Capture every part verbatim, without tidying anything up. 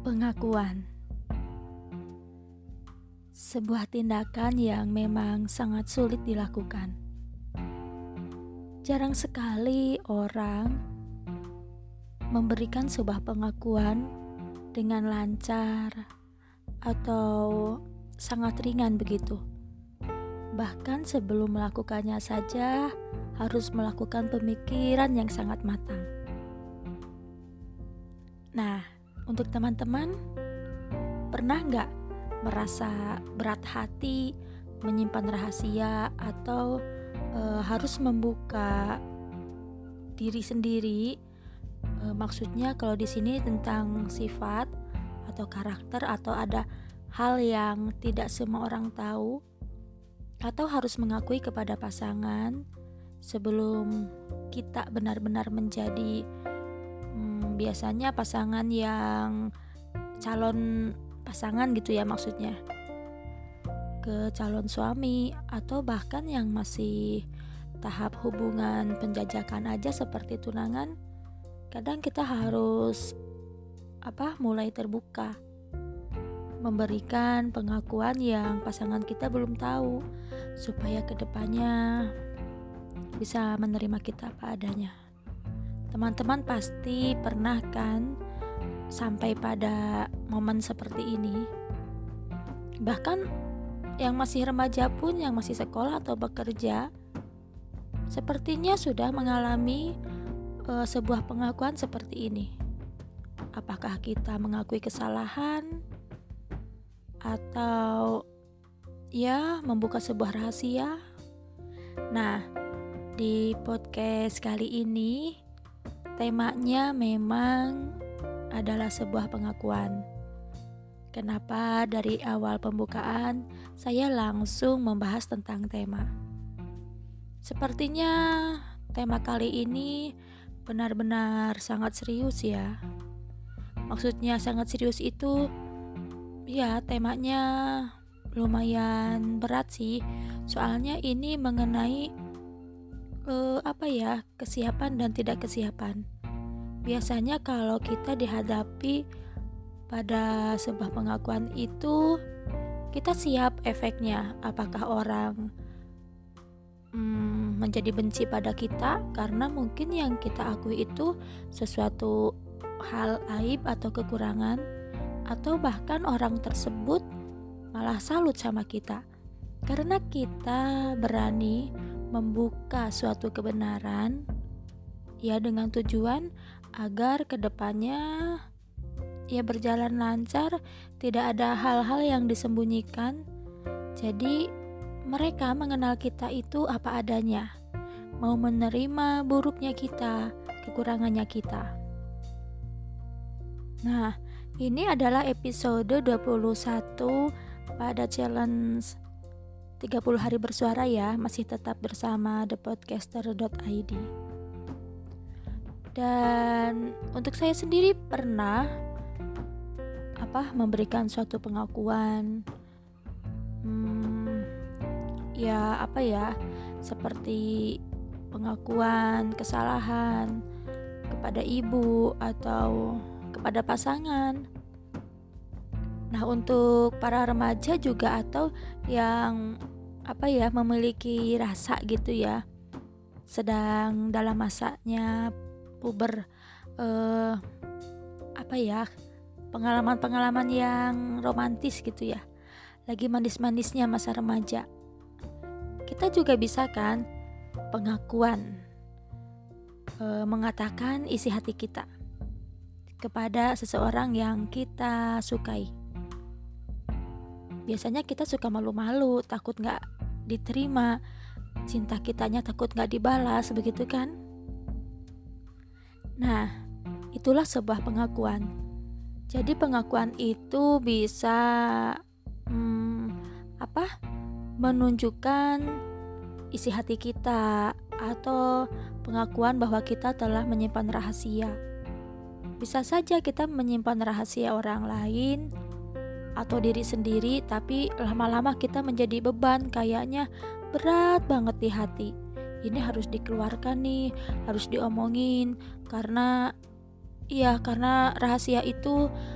Pengakuan, sebuah tindakan yang memang sangat sulit dilakukan. Jarang sekali orang memberikan sebuah pengakuan dengan lancar atau sangat ringan begitu. Bahkan sebelum melakukannya saja harus melakukan pemikiran yang sangat matang. Nah, untuk teman-teman, pernah nggak merasa berat hati menyimpan rahasia atau e, harus membuka diri sendiri? E, maksudnya kalau di sini tentang sifat atau karakter atau ada hal yang tidak semua orang tahu, atau harus mengakui kepada pasangan sebelum kita benar-benar menjadi hmm, biasanya pasangan yang calon pasangan gitu ya, maksudnya ke calon suami atau bahkan yang masih tahap hubungan penjajakan aja seperti tunangan. Kadang kita harus apa mulai terbuka, memberikan pengakuan yang pasangan kita belum tahu supaya kedepannya bisa menerima kita apa adanya. Teman-teman pasti pernah kan sampai pada momen seperti ini. Bahkan yang masih remaja pun, yang masih sekolah atau bekerja, sepertinya sudah mengalami uh, sebuah pengakuan seperti ini. Apakah kita mengakui kesalahan atau ya membuka sebuah rahasia? Nah, di podcast kali ini temanya memang adalah sebuah pengakuan. Kenapa dari awal pembukaan saya langsung membahas tentang tema? Sepertinya tema kali ini benar-benar sangat serius ya. Maksudnya sangat serius itu ya temanya lumayan berat sih. Soalnya ini mengenai eh, apa ya, kesiapan dan tidak kesiapan. Biasanya kalau kita dihadapi pada sebuah pengakuan itu, kita siap efeknya. Apakah orang hmm, menjadi benci pada kita karena mungkin yang kita akui itu sesuatu hal aib atau kekurangan, atau bahkan orang tersebut malah salut sama kita karena kita berani membuka suatu kebenaran ya, dengan tujuan agar kedepannya ya berjalan lancar, tidak ada hal-hal yang disembunyikan. Jadi mereka mengenal kita itu apa adanya, mau menerima buruknya kita, kekurangannya kita. Nah, ini adalah episode dua puluh satu pada challenge tiga puluh hari bersuara ya, masih tetap bersama the podcaster dot i d. Dan untuk saya sendiri pernah apa memberikan suatu pengakuan hmm, ya apa ya seperti pengakuan kesalahan kepada ibu atau kepada pasangan. Nah, untuk para remaja juga atau yang apa ya memiliki rasa gitu ya, sedang dalam masanya puber, eh, apa ya pengalaman-pengalaman yang romantis gitu ya, lagi manis-manisnya masa remaja. Kita juga bisa kan pengakuan, eh, mengatakan isi hati kita kepada seseorang yang kita sukai. Biasanya kita suka malu-malu, takut gak diterima, cinta kitanya takut gak dibalas, begitu kan? Nah, itulah sebuah pengakuan. Jadi pengakuan itu bisa hmm, apa? menunjukkan isi hati kita, atau pengakuan bahwa kita telah menyimpan rahasia. Bisa saja kita menyimpan rahasia orang lain atau diri sendiri, tapi lama-lama kita menjadi beban, kayaknya berat banget di hati. Ini harus dikeluarkan nih, harus diomongin, karena iya karena rahasia itu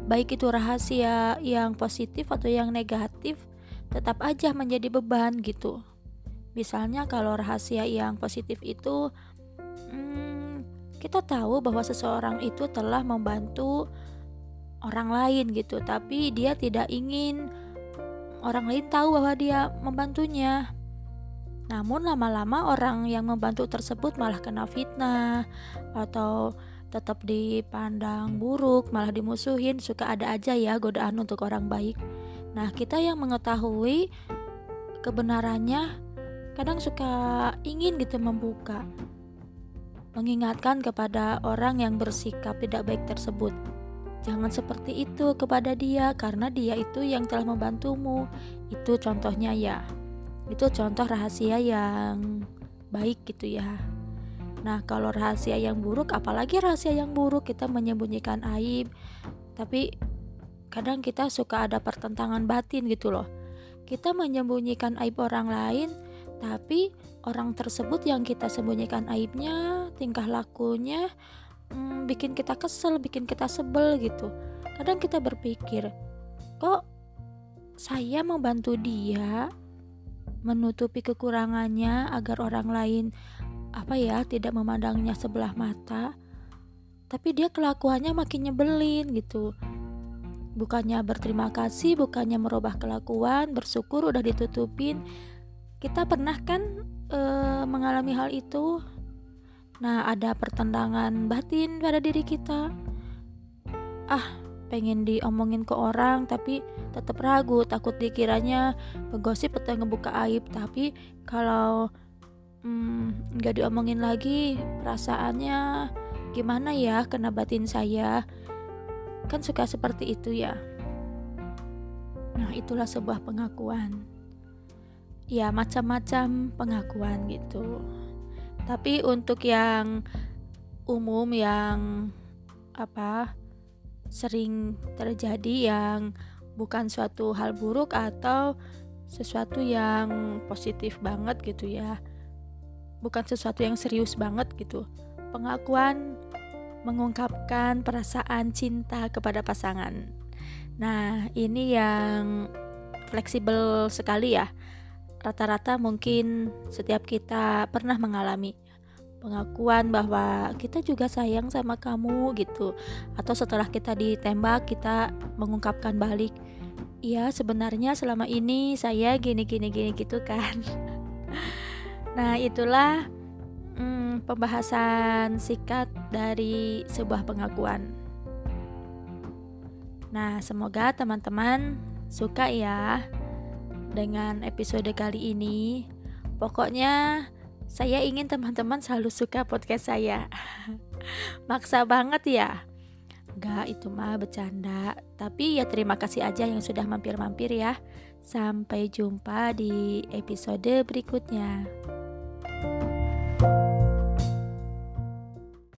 baik itu rahasia yang positif atau yang negatif, tetap aja menjadi beban gitu. Misalnya kalau rahasia yang positif itu, hmm, kita tahu bahwa seseorang itu telah membantu orang lain gitu, tapi dia tidak ingin orang lain tahu bahwa dia membantunya. Namun lama-lama orang yang membantu tersebut malah kena fitnah atau tetap dipandang buruk, malah dimusuhin. Suka ada aja ya godaan untuk orang baik. Nah, kita yang mengetahui kebenarannya kadang suka ingin gitu membuka, mengingatkan kepada orang yang bersikap tidak baik tersebut. Jangan seperti itu kepada dia, karena dia itu yang telah membantumu. Itu contohnya ya. Itu contoh rahasia yang baik gitu ya. Nah, kalau rahasia yang buruk, apalagi rahasia yang buruk, kita menyembunyikan aib. Tapi kadang kita suka ada pertentangan batin gitu loh. Kita menyembunyikan aib orang lain, tapi orang tersebut yang kita sembunyikan aibnya, tingkah lakunya hmm, bikin kita kesel, bikin kita sebel gitu. Kadang kita berpikir, kok saya membantu dia menutupi kekurangannya agar orang lain apa ya tidak memandangnya sebelah mata, tapi dia kelakuannya makin nyebelin gitu. Bukannya berterima kasih, bukannya merubah kelakuan, bersyukur udah ditutupin. Kita pernah kan e, mengalami hal itu. Nah, ada pertentangan batin pada diri kita. Ah, pengen diomongin ke orang tapi tetap ragu, takut dikiranya ngegosip atau ngebuka aib. Tapi kalau hmm, gak diomongin lagi, perasaannya gimana ya, kena batin saya. Kan suka seperti itu ya. Nah, itulah sebuah pengakuan. Ya, macam-macam pengakuan gitu. Tapi untuk yang umum, yang apa sering terjadi, yang bukan suatu hal buruk atau sesuatu yang positif banget gitu ya, bukan sesuatu yang serius banget gitu. Pengakuan mengungkapkan perasaan cinta kepada pasangan. Nah, ini yang fleksibel sekali ya. Rata-rata mungkin setiap kita pernah mengalami pengakuan bahwa kita juga sayang sama kamu gitu. Atau setelah kita ditembak, kita mengungkapkan balik, iya sebenarnya selama ini saya gini-gini gini gitu kan. Nah, itulah hmm, pembahasan singkat dari sebuah pengakuan. Nah, semoga teman-teman suka ya dengan episode kali ini. Pokoknya saya ingin teman-teman selalu suka podcast saya. Maksa banget ya? Enggak, itu mah bercanda. Tapi ya terima kasih aja yang sudah mampir-mampir ya. Sampai jumpa di episode berikutnya.